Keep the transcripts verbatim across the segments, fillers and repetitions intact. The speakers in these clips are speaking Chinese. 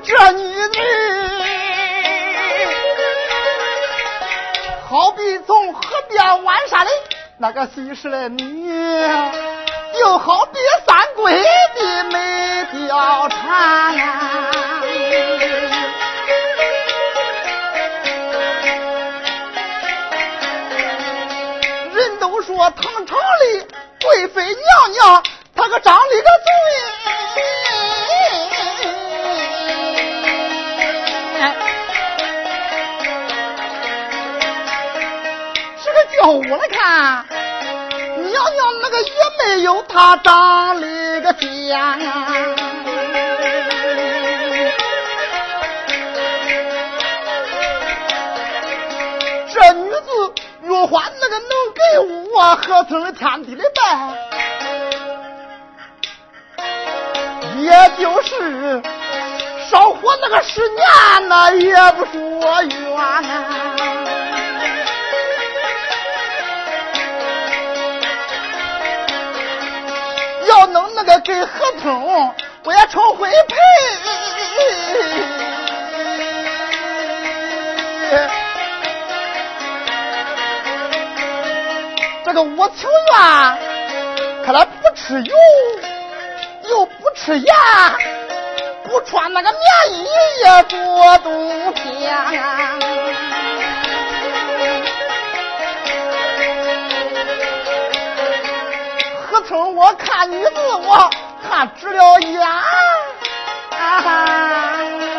这女子好比从河边弯下来那个西施的女，又好比三桂的美貂蝉呀。人都说唐朝里贵妃娘娘，她可长了个嘴，这个叫我来看，娘娘那个也没有她长了个尖啊。这女子若还那个能给我何曾天地的拜，也就是少活那个十年那也不说冤啊。要能那个给合同，我也愁会赔。这个我情愿，可来不吃油，又不吃盐，不穿那个棉衣也过冬天啊。何曾我看女子，我看直了眼啊。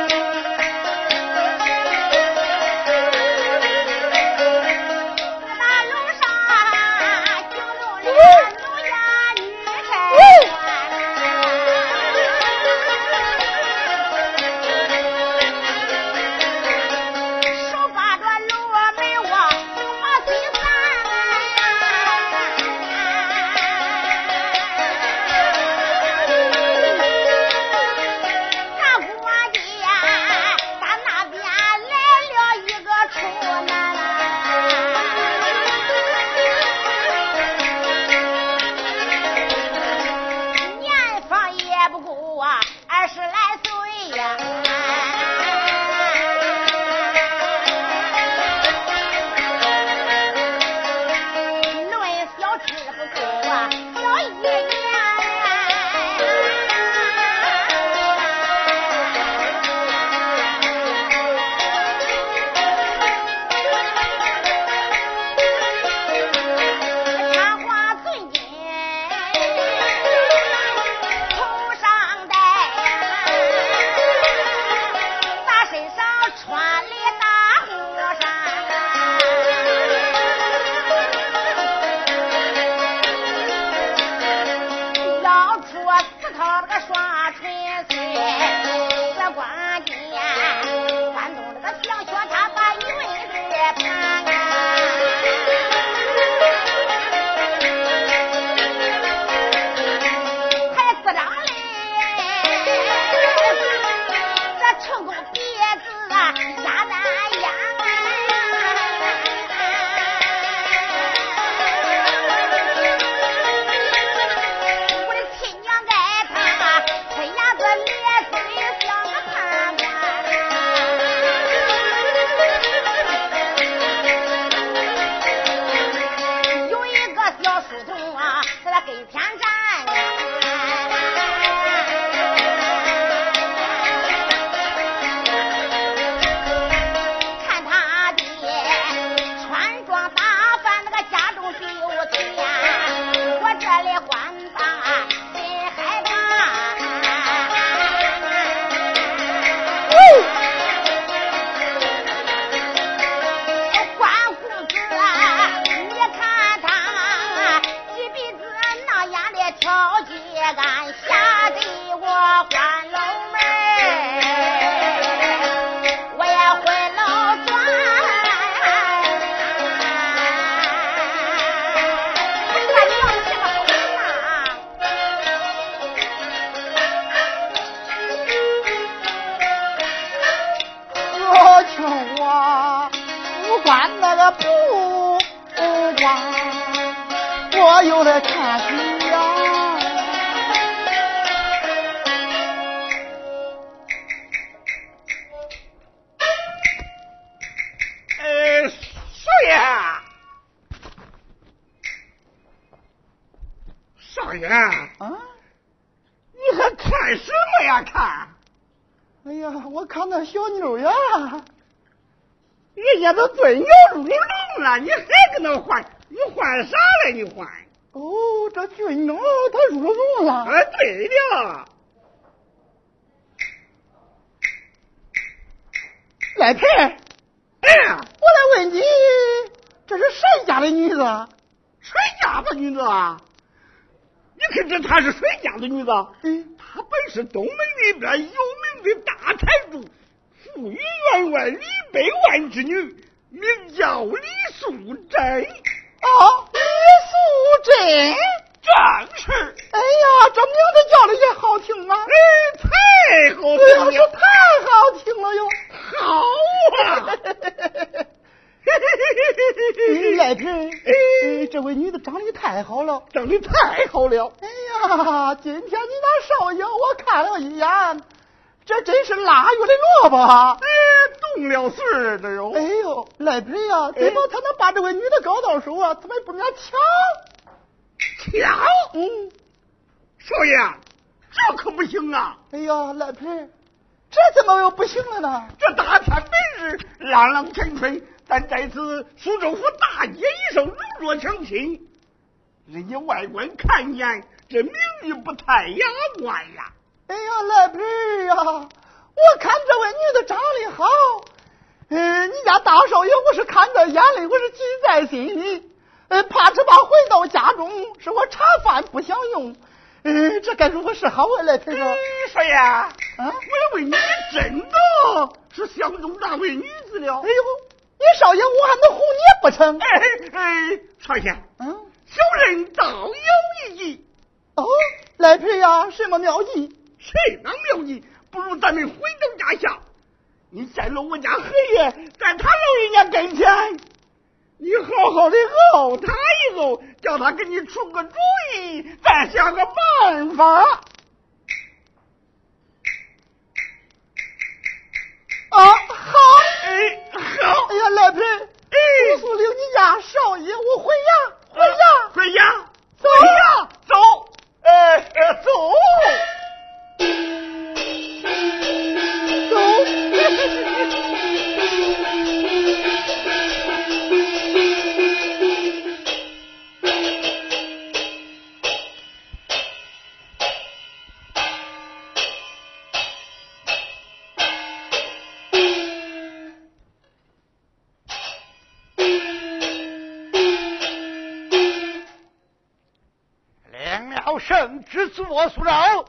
我又来看你呀， 爷啊，你还看什么呀看？ 哎呀，我看那小妞呀， 人家都炖牛入笼了，你还跟那换？你换啥嘞？你换？ 哦，这俊妞她入笼了。 哎，对了， 赖培， 哎呀， 我来问你，这是谁家的女子？ 谁家的女子啊？你可知她是谁家的女子？ 嗯， 她本是东门里边有名的大财主，富裕员外李百万之女，名叫李素贞。 哦，李素贞， 正是。 哎呀，这名字叫的也好听啊！ 哎，太好听了， 是太好听了哟！ 好啊！ 赖培，哎，这位女的长得太好了， 长得太好了。 哎呀，今天你那少爷我看了一眼，这真是腊月的萝卜啊！ 哎，动了水儿的哟。 哎呦，赖培呀，怎么他能把这位女的搞到手啊？怎么也不免抢？ 抢？ 嗯， 少爷，这可不行啊！ 哎呀，赖培，这怎么又不行了呢？ 这大天白日，朗朗晨春，咱在此苏州府大街一声如若抢亲，人家外观看见，这名誉不太雅观呀。 哎呀，赖培呀，我看这位女的长得好，嗯，你家大少爷我是看在眼里，我是记在心里，呃，怕只怕回到家中是我茶饭不享用，嗯，这该如何是好啊？赖培说， 少爷，啊， 我要问你真的是相中那位女子了？ 哎呦，你少爷我还能哄你不成？ 哎哎，少爷， 嗯， 小人倒有一计。 哦，赖培呀，什么妙计？ 谁能妙计？不如咱们回到家下，你见了我家何爷，在他老人家跟前，你好好的熬他一熬，叫他给你出个主意，再想个办法。 啊，好， 哎，好， 哎呀，赖培， 哎， 姑苏领你家少爷，我回家，回家， 回家， 走回家，走，哎哎，走。 领了圣旨做苏州，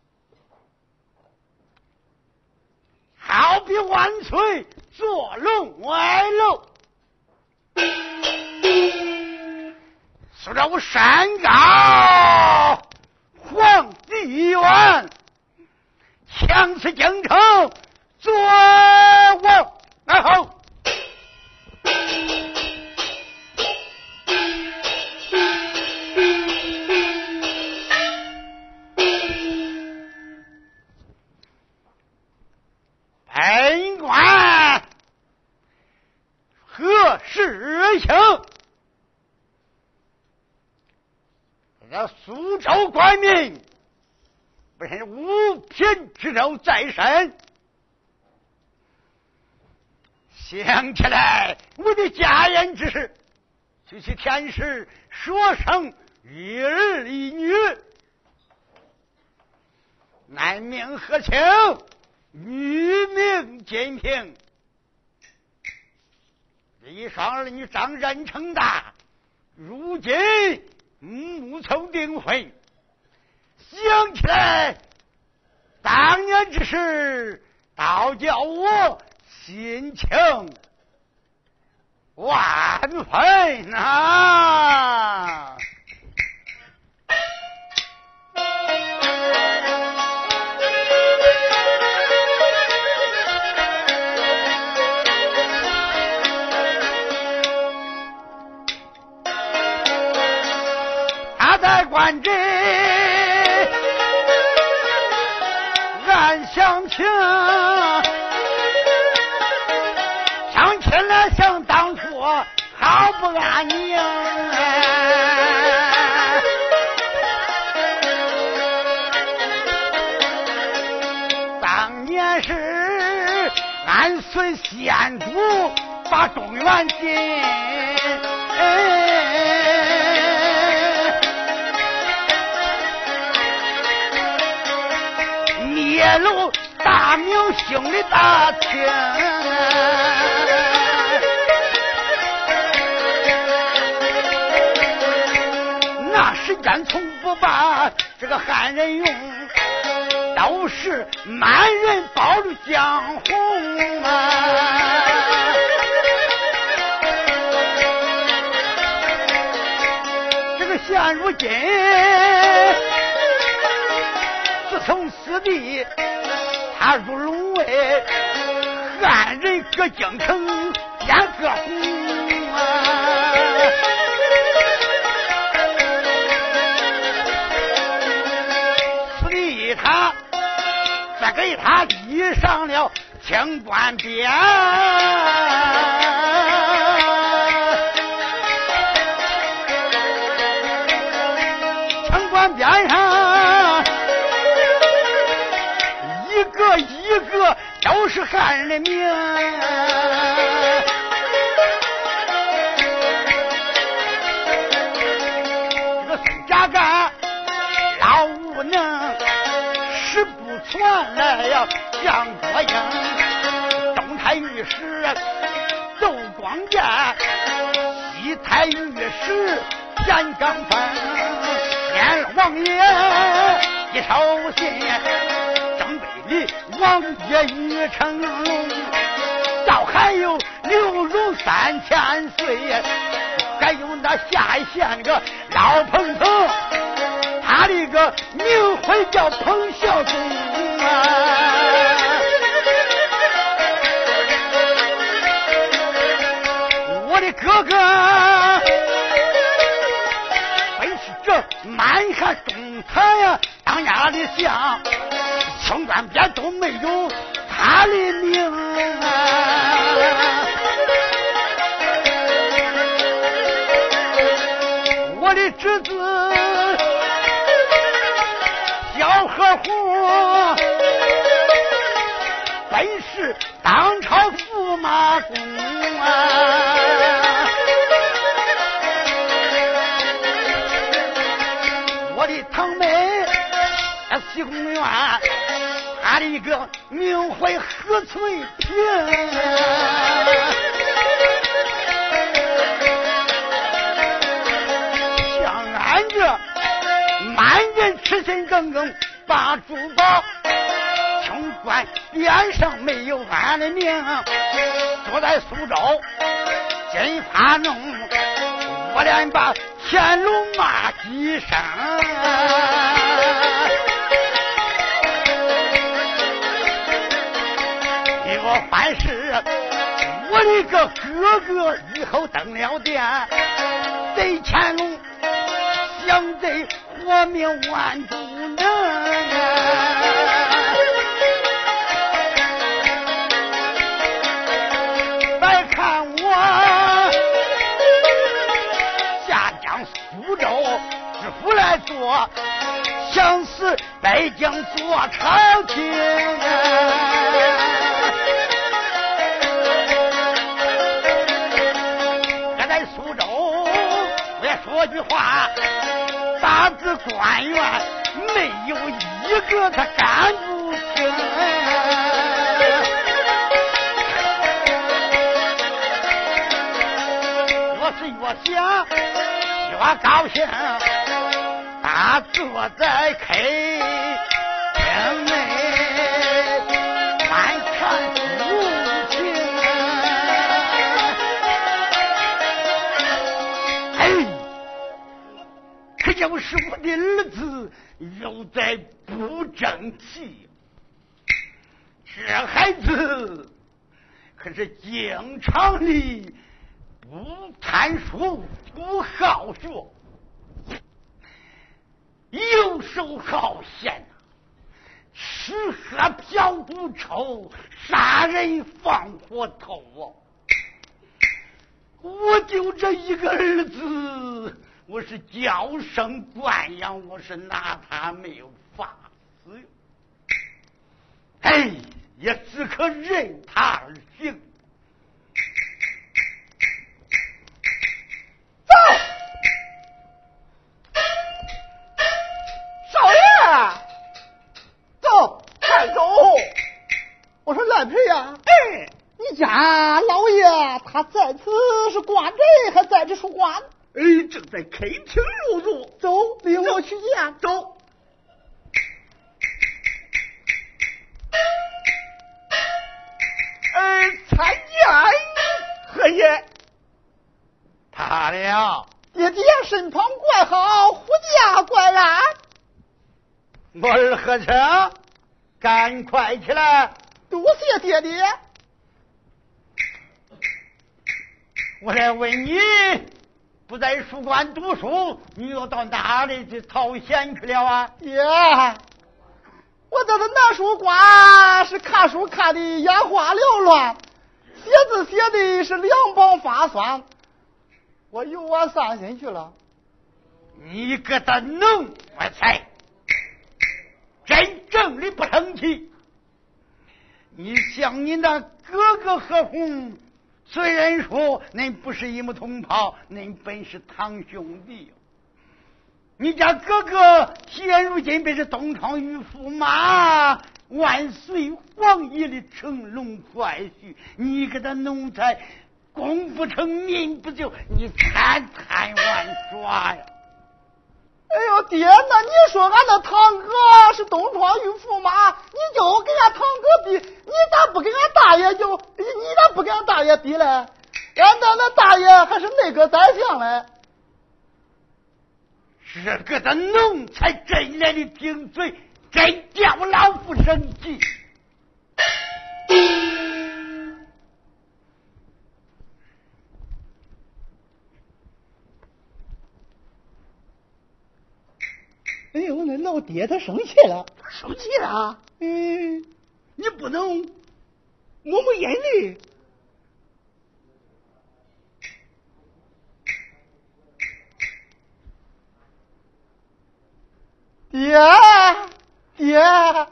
好比万岁坐龙外楼，苏州山高皇帝远，强此京城做王，然后本官何事情？这苏州官民不是五品之州在身，想起来我的家人之事，就去天师说生一儿一女，男命何情，女命简平，这一双儿女长人成大，如今木凑订婚，想起来当年之事，倒叫我心情万分啊！他在官职暗相情，想起来想当初好不安宁。 随县主把中原进，灭了大明星的大清，那时间从不把这个汉人用，都是满人保住江红啊！这个现如今，自从四弟他入龙位，汉人各京城变各红啊！四弟他再给他立上了清官匾，清官匾上一个一个都是汉人的名，这个孙家干老无能十不传来呀杨国英，东台御史窦光剑，西台御史严刚峰，天王爷一手信，正北里王爷于成龙，倒还有刘荣三千岁，还有那下一线个老彭彭，他的个名讳叫彭孝宗啊！我的哥哥本是这满汉中坛呀，当家的相，清官匾都没有他的名啊！我的侄子小河湖本是当朝驸马公啊！我的堂妹西宫院，她的一个名讳何翠萍，像俺这满人痴心耿耿把珠宝，清官匾上没有俺的名，坐在苏州金发弄，我连把乾隆骂几声。给我办事，我的个哥哥以后登了殿，贼乾隆想贼活命万不能啊！来看我下江苏州知府来做，想死北京做朝廷啊！我在苏州我也说句话，大字官员没有一个他干不清，我是越想越高兴，大坐在客厅内观看父亲，哎，可就是我的儿子又在不争气，这孩子可是经常的不贪书不好学，游手好闲，吃喝嫖赌抽，杀人放火头啊！我就这一个儿子，我是娇生惯养，我是拿他没有法子。哎， 也只可任他而行。 走，少爷，走，快走！我说赖培呀， 哎， 你家老爷他在此是官贼，还在这书馆？ 哎，正在开庭入座。 走，领我去见。 走。呃，参见何爷。 罢了。 爹爹身旁怪好，护驾怪然。 我儿何成，赶快起来。 多谢爹爹。 我来问你，不在书馆读书，你又到哪里去讨闲去了啊？ 爹，我在这南书馆是看书看的眼花缭乱，写字写的是两膀发酸，我游玩散心去了。 你个的农发财，真正的不成器。你像你那哥哥何鸿，虽然说恁不是一母同胞，恁本是堂兄弟。你家哥哥现如今便是东床与驸马，万岁皇爷的乘龙快婿。你给他弄才功不成名不就，你惨惨玩耍呀！ 哎呦爹，那你说俺那堂哥是东床与驸马，你就跟俺堂哥比，你咋不跟俺大爷就你咋不跟俺大爷比嘞？俺那那大爷还是那个宰相嘞。 这个的弄才真来的顶嘴，真叫老夫生气。 哎呦，那老爹他生气了， 生气了？ 嗯， 你不能抹抹眼泪。 爹，爹，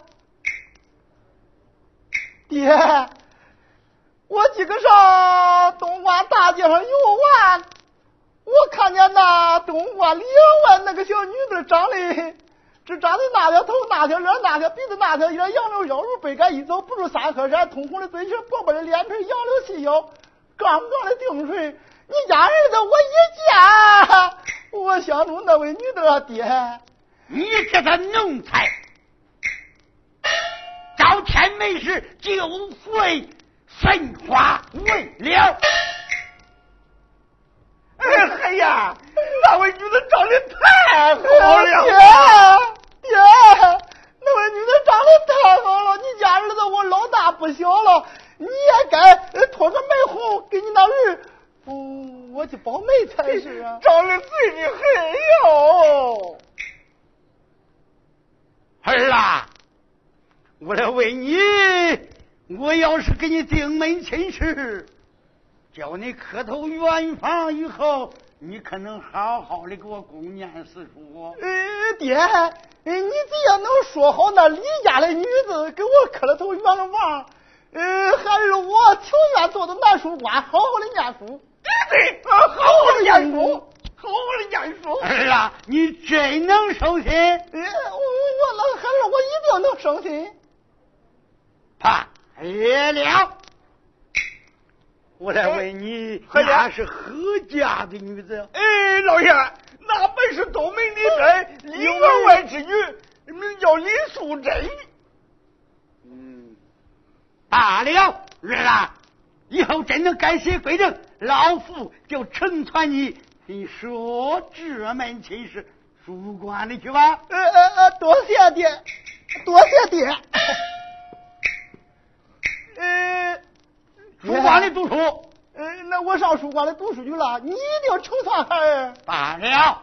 爹，我今个上东关大街上游玩，我看见那东关里外那个小女子长得只长得那条头那条脸那条鼻子那条眼，杨柳腰如背杆一走不如三河山，通红的嘴唇薄薄的脸皮杨柳细腰，杠杠的定锤。你家儿子我一见，我想中那位女的爹。 你这个奴才，朝天没事就会神话未了。 哎嗨呀，那位女的长得太好了。 爹，爹，那位女的长得太好了，你家儿子我老大不小了，你也该托个媒红给你那儿，嗯，我去保媒才是啊。 长得最的很哟。 儿啊，我来问你，我要是给你定门亲事，叫你磕头圆房以后，你可能好好的给我供念四书。 呃，爹，你只要能说好那李家的女子给我磕了头圆了房，呃，还是我情愿坐到南书馆好好的念书。 对对，好好的念书。好好的念书。 儿啊，你真能收心？呃， 我我那还是我一定能收心。 罢了，我来问你，那是何家的女子？ 哎，老爷，那本是东门里边李员外之女，名叫李素贞。 嗯，罢了，儿啊，以后真能改邪归正，老夫就成全你。你说这门亲事，书馆里去吧。 呃呃呃，多谢爹，多谢爹。呃， 书馆里读书。 呃，那我上书馆里读书去了，你一定成全孩儿。 罢了。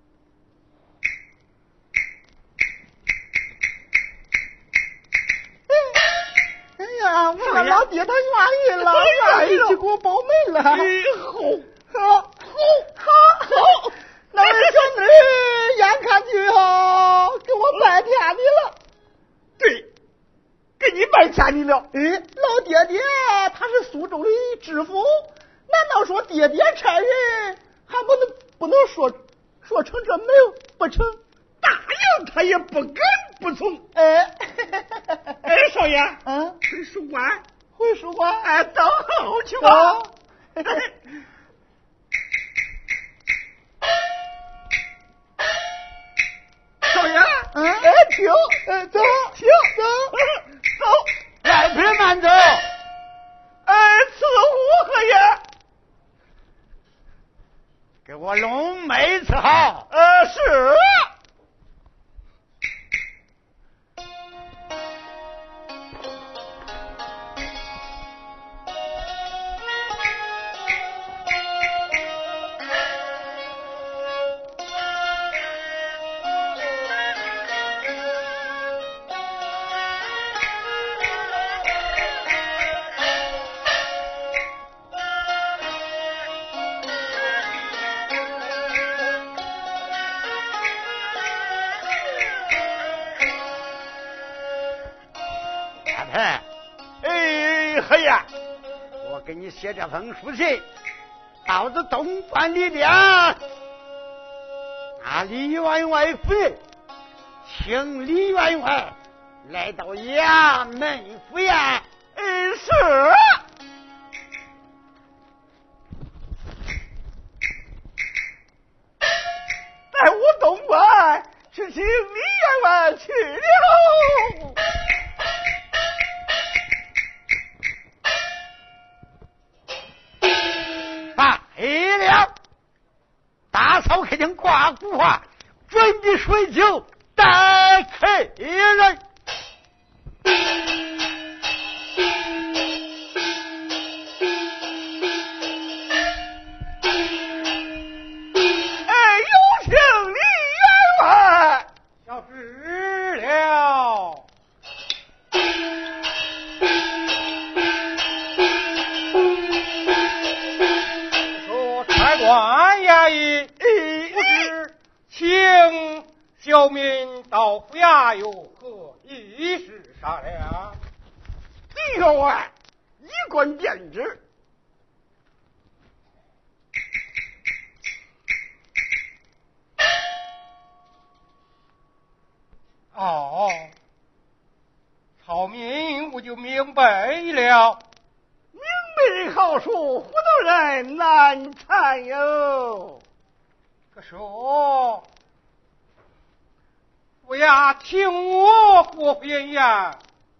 哎呀，我说老爹他愿意了，愿意去给我保媒了。 哎，好，好，好，好， 那位小妹眼看就要给我拜天的了。 对， 给你卖钱去了。 哎，老爹爹他是苏州的知府，难道说爹爹差人还不能不能说说成这没有不成？ 答应他也不敢不从。 哎， 哎，少爷， 嗯， 回书馆， 回书馆， 哎，等候去吧。少爷， 嗯， 哎，停， 哎，走， 停， 走， 走， 来，别慢走。 哎，伺候何爷， 给我龙妹伺候。 呃，是。哎，何爷， 我给你写这封书信，到这东关里边，那李员外府，请李员外来到衙门府衙。 哎，是。带我东关去请李员外去了。 哎了，大嫂肯定挂古话，准备水酒待客人。 哎，有请李员外。 小事了。官衙役，不知请小民到府衙有何一事商量？ 李员外，一官便知。 哦，曹民我就明白了。 明媒好书，糊涂人难缠哟。 可说，府衙请我过边衙，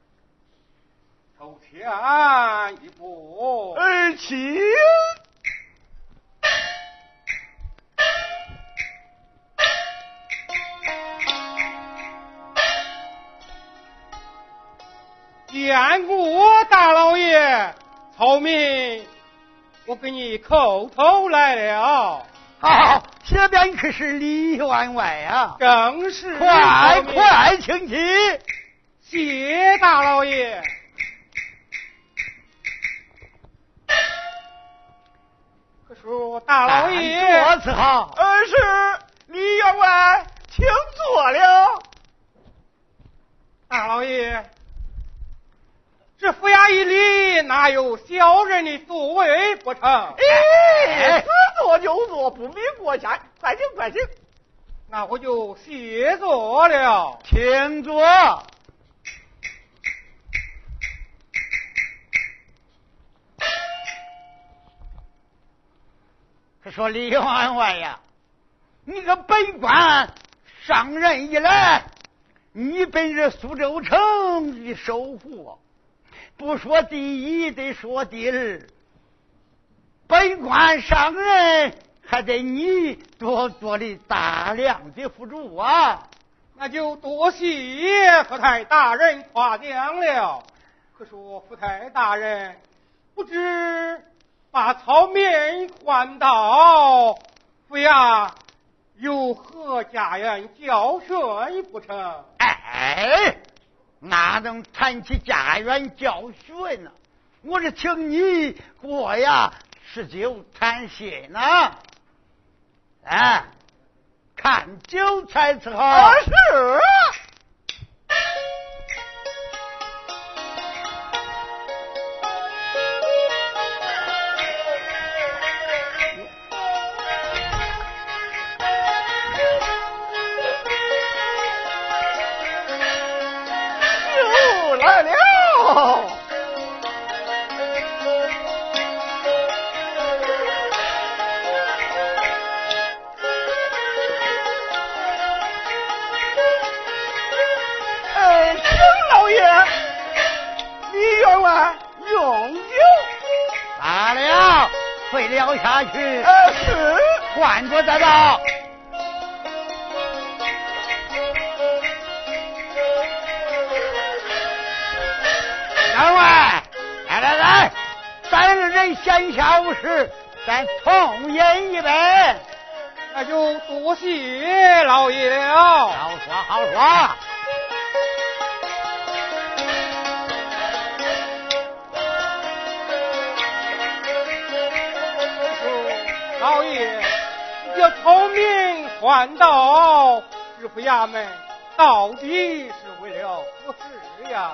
头前一步。 哎，请。 见过大老爷。曹民，我给你叩头来了。 好，这边可是李员外啊， 正是。 快快请起。 谢大老爷。可说大老爷， 坐伺候。 呃，是李员外，请坐了。 大老爷。这府衙一里哪有小人的座位不成？ 哎，自坐就坐，不必过谦，快请快请。 那我就谢坐了， 请坐。他说李员外呀，你个本官上任以来，你本是苏州城的首富。不说第一，得说第二。本官上任，还得你多多的大量的辅助啊！ 那就多谢府台大人夸奖了。可说府台大人，不知把曹面换到府衙，有何家园教训不成？ 哎。哪能谈起家园教训呢？我是请你过呀吃酒谈心呢。哎，看酒才伺候。 啊，是。 废了下去。 呃，是， 换过再到。员外，来来来，三个人闲暇无事，咱同饮一杯。 那就多谢老爷了。 好说好说。 老爷，这聪明换道，知府衙门到底是为了何事呀？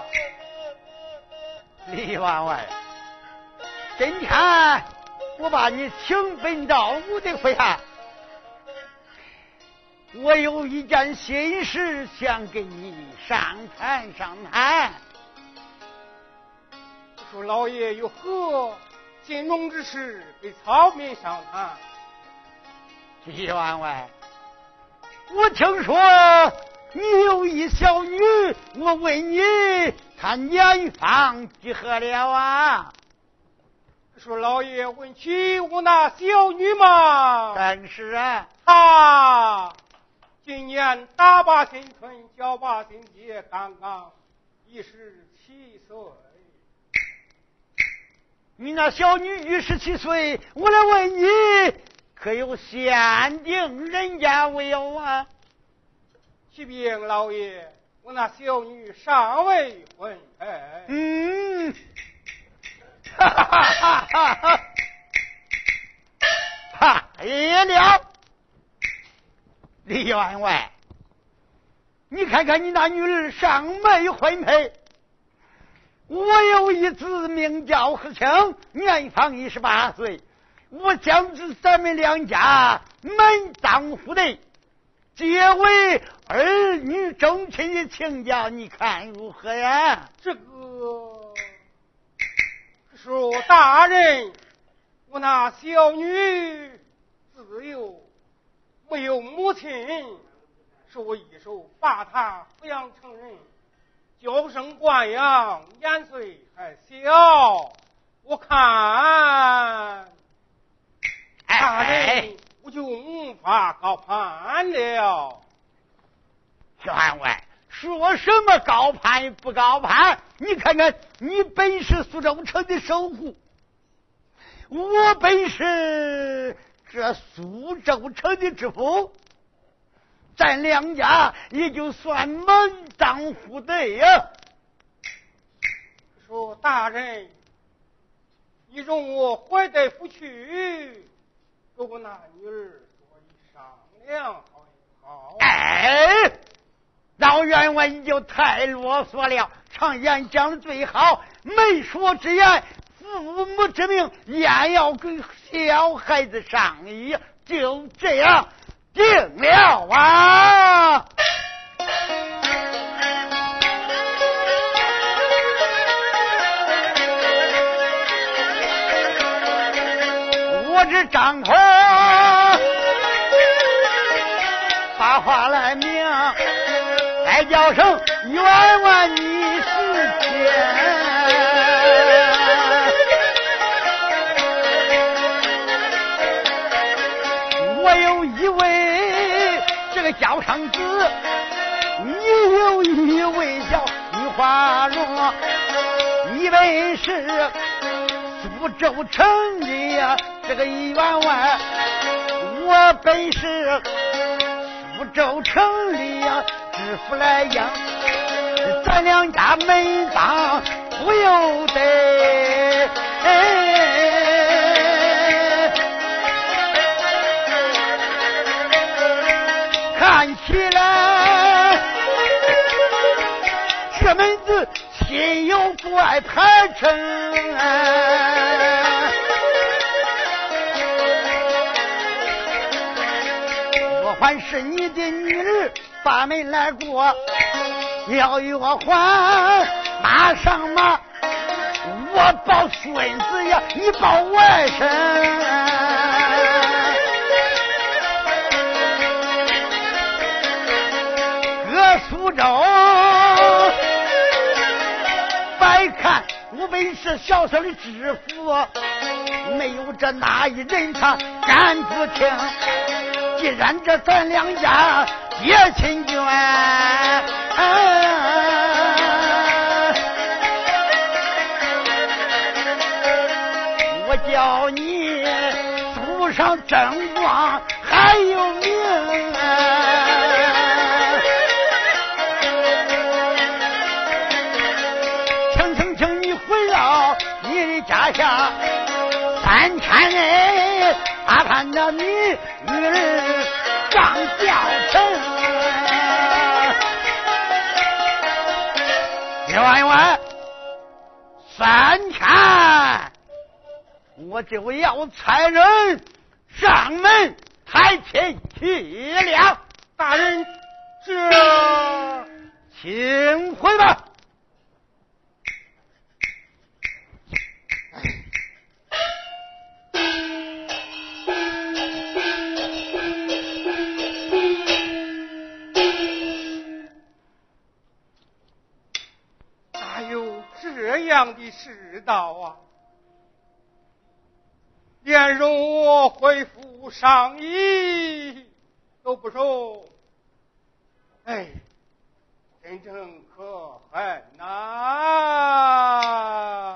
李员外，今天我把你请本到我的麾下，我有一件心事想跟你商谈商谈。 说老爷有何心中之事给草民商谈？ 李员外，我听说你有一小女，我问你，她年方几何了啊？ 说老爷问起我那小女嘛， 正是啊， 她今年打把新春，交把新节，刚刚一十七岁。 你那小女一十七岁，我来问你，可有限定人家没有啊？ 启禀老爷，我那小女尚未婚配。 嗯，哈哈哈哈哈！哈也了，李员外，你看看你那女儿尚没婚配。我有一子名叫何清，年方一十八岁。我将至咱们两家门当户对，结为儿女争亲的亲家，你看如何呀？ 这个说大人，我那小女自幼没有母亲，是我一手把她抚养成人，娇生惯养，年岁还小，我看大人我就无法高攀了。 员外，说什么高攀不高攀？你看看，你本是苏州城的守护，我本是这苏州城的知府，咱两家也就算门当户对呀。 说大人，你容我回得府去，跟我那女儿做一商量好不好？ 哎，老员外你就太啰嗦了，常言讲的最好，媒妁之言，父母之命，焉要跟小孩子商议，就这样定了啊！我这张口把话来明，再叫声员外你是天。我有一位这个叫上子，你有一位叫女花容，你本是苏州城里呀这个一员外，我本是苏州城里呀知府来养，咱两家门当户有得。看起来这门子亲友不爱谈成，我还是你的女儿把门来过，要与我还马上马，我抱孙子呀，你抱外甥。搁苏州白看我本是小小的知府， 没有这哪一人他敢不听？既然这咱两家结亲眷，啊，我叫你祖上争光还有名。请请请你回到你的家乡，三千人他看着你女儿上吊城。冤冤三千，我就要差人上门抬亲去了。 大人，这请回吧。 哪有这样的世道啊！连容我回府上衣都不收，哎，真正可恨呐！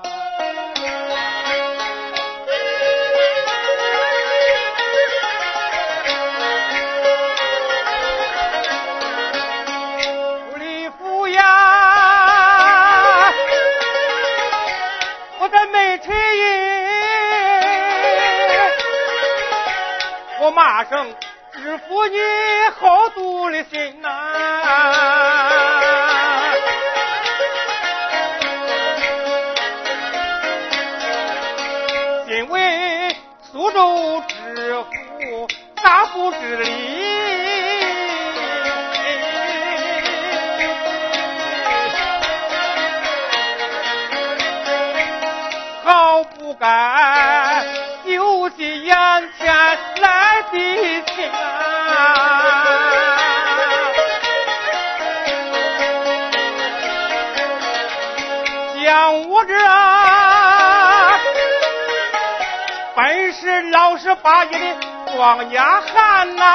不离府呀，我在没吃饮，我马上支付你厚度的心呐、啊！因为苏州知府大不知礼，好不该丢弃眼前来的情啊！像我这本是老实巴结的庄稼汉呐、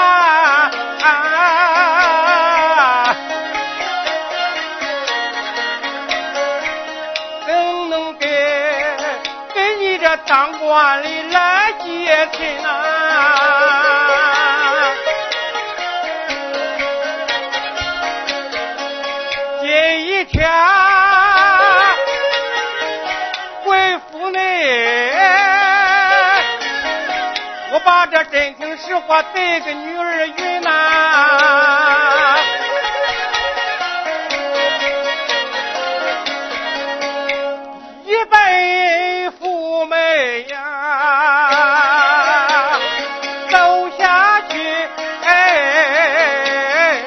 啊，怎能给给你这当官的来接亲啊？这一天回府内，我把这真情实话对个女儿云呐，一辈父妹呀，走下去，哎，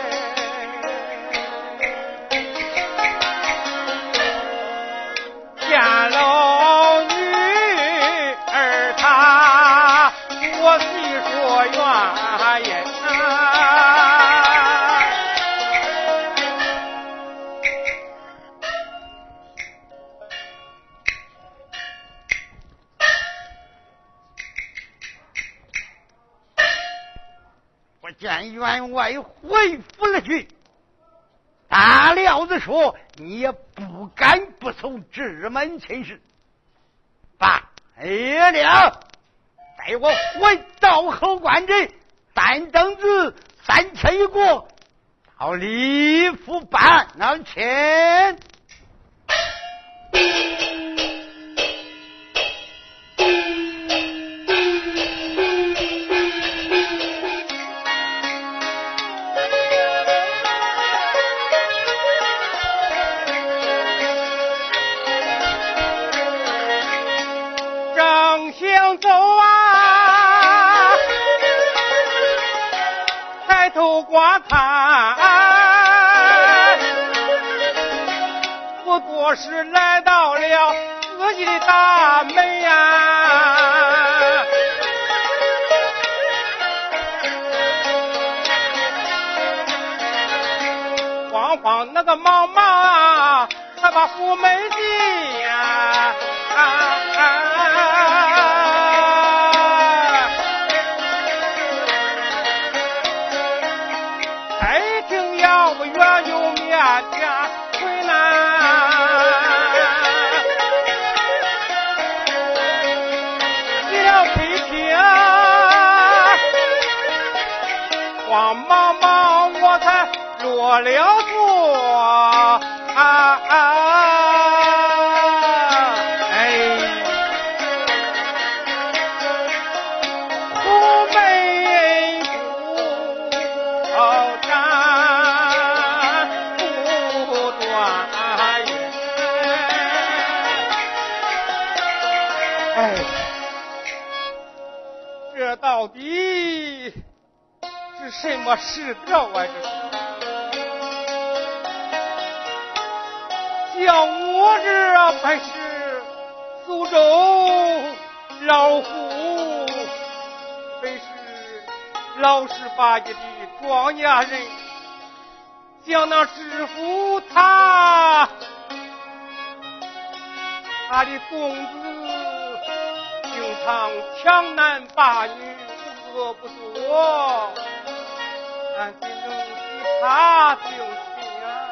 见了女儿她我细说原因啊， 我见员外回府了去，大料子说你也不敢不从直门亲事，罢了，待我回到后官镇，三等子三千一过，到李府办了钱。 正行走啊，抬头观看，不多时来到了自己的大门呀、慌慌那个忙忙啊，才把府门进呀、啊啊啊做了做啊哎，苦梅不沾不断言。哎，这到底是什么世道啊？这是像我这啊，本是苏州老虎，本是老实巴结的庄稼人，想那知府他，他的公子经常强男霸女，无恶不作，俺怎能替他定亲啊？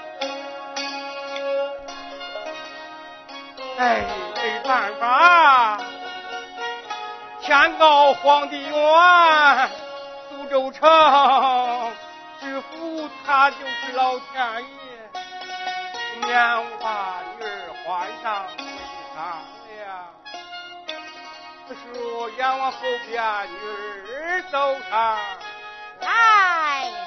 哎，没办法，天高皇帝远，苏州城知府他就是老天爷，面无把女儿换上为啥呀？可是我眼往后边女儿走上来了。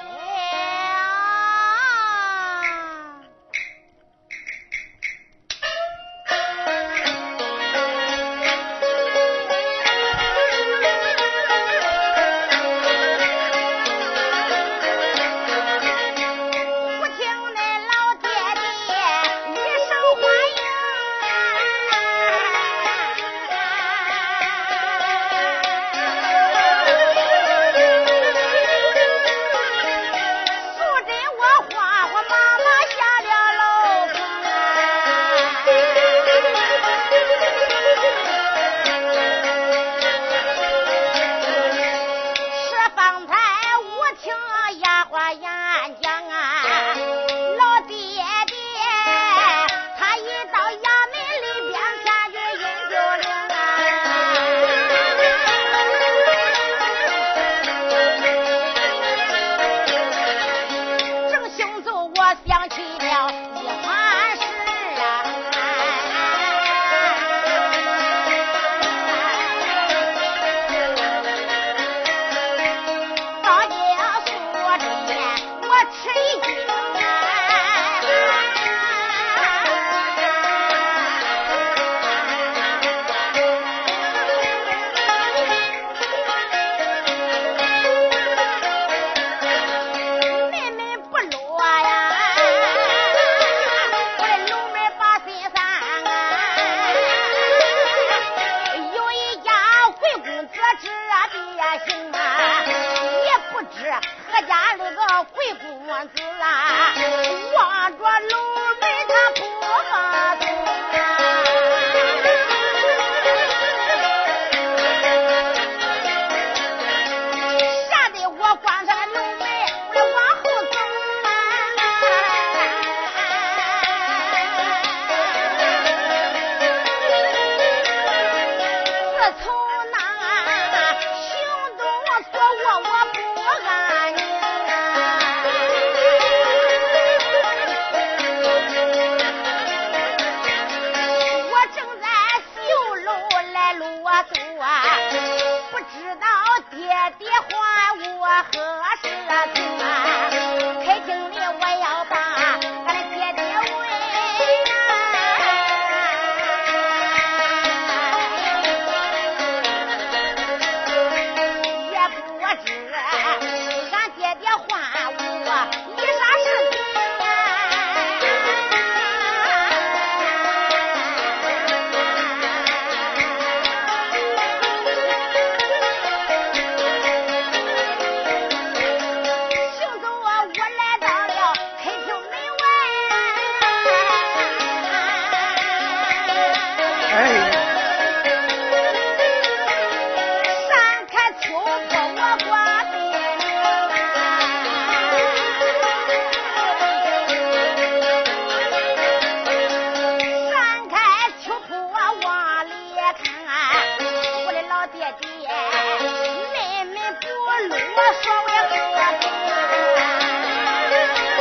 妹妹不路，所谓何情？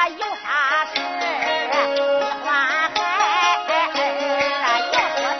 有啥事？你花孩儿有说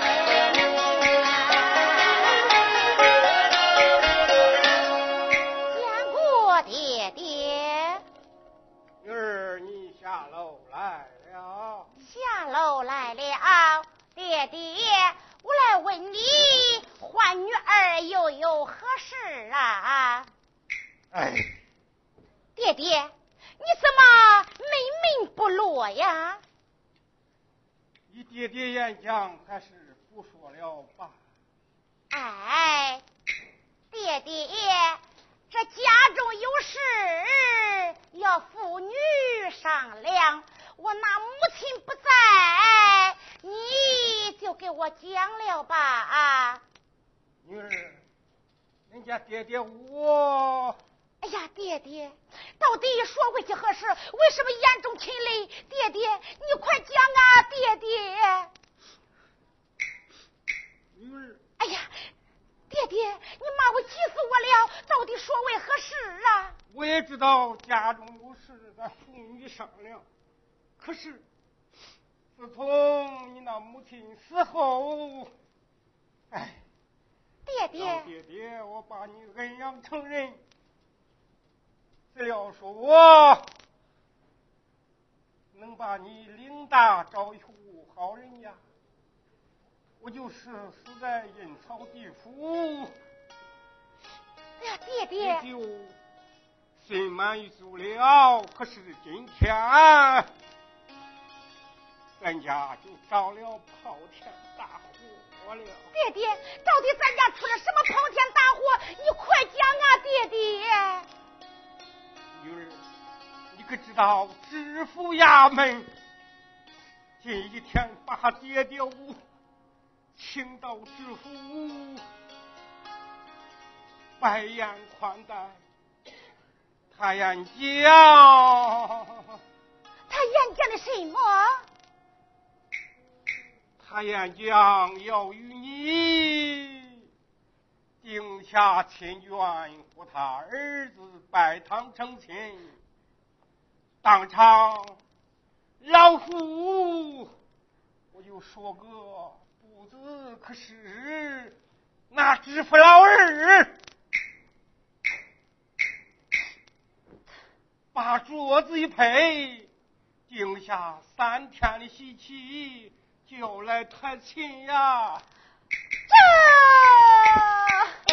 见过爹爹。 女儿，你下楼来了。 下楼来了，爹爹，我来问你，唤女儿又有何事啊？ 哎， 爹爹，你怎么闷闷不乐呀？ 你爹爹演讲还是不说了吧？ 哎，爹爹，这家中有事要父女商量，我那母亲不在，你就给我讲了吧啊！ 女儿，人家爹爹我。 哎呀，爹爹，到底说回去何事？为什么眼中噙泪？爹爹，你快讲啊，爹爹！ 女儿， 哎呀，爹爹，你骂我气死我了！到底说为何事啊？ 我也知道家中有事，咱父女商量。可是自从你那母亲死后，哎， 爹爹， 爹爹，我把你恩养成人。只要说我能把你领大招呼好人家，我就是死在阴曹地府， 哎呀，爹爹， 也就心满意足了。可是今天咱家就着了泡天大火了。 爹爹，到底咱家出了什么泡天大火？你快讲啊，爹爹！ 女儿，你可知道知府衙门今一天把爹爹我请到知府屋摆宴款待，他演讲， 他演讲的什么？ 他演讲要与你定下亲眷，和他儿子拜堂成亲，当场老夫我就说个不字，可是那知府老儿把桌子一配，定下三天的喜期，就来弹琴呀。 这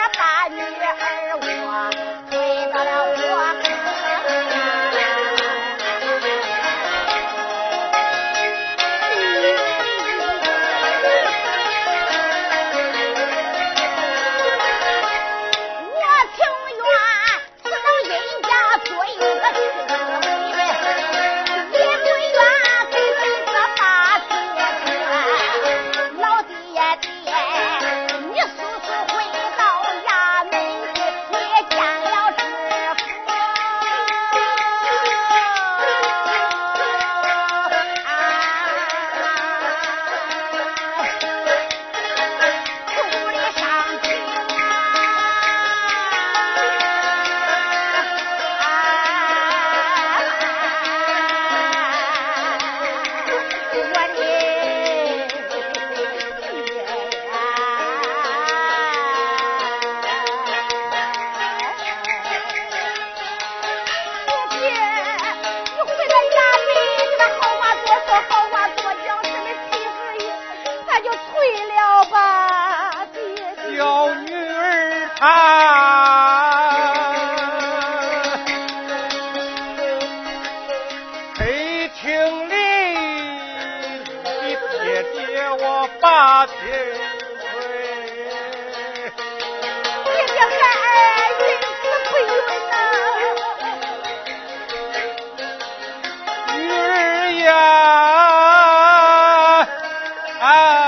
把女儿我推到了我我情愿只能人家做一个侍卫，也不愿给这个八戒圈。老爹爹，你速速回到衙门去，你见了师傅处理上情小女儿她黑青里的爹爹我把亲催， 爹爹孩人子不允呐， 女儿呀啊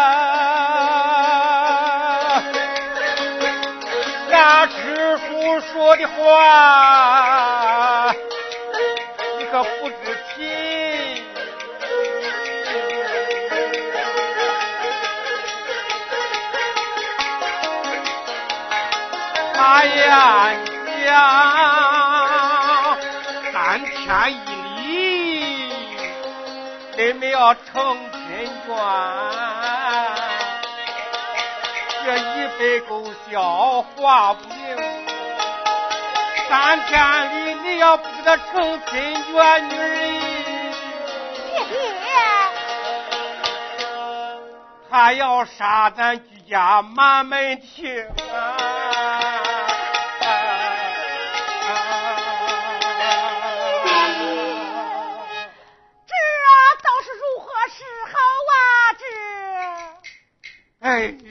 师傅说的话你可不知情，他言讲三天一里你们要成亲缘，这一杯够笑话不明，三天里你要不给他成亲缘，女儿爹爹， 他要杀咱居家满门庭啊！ 这倒是如何是好啊？这哎，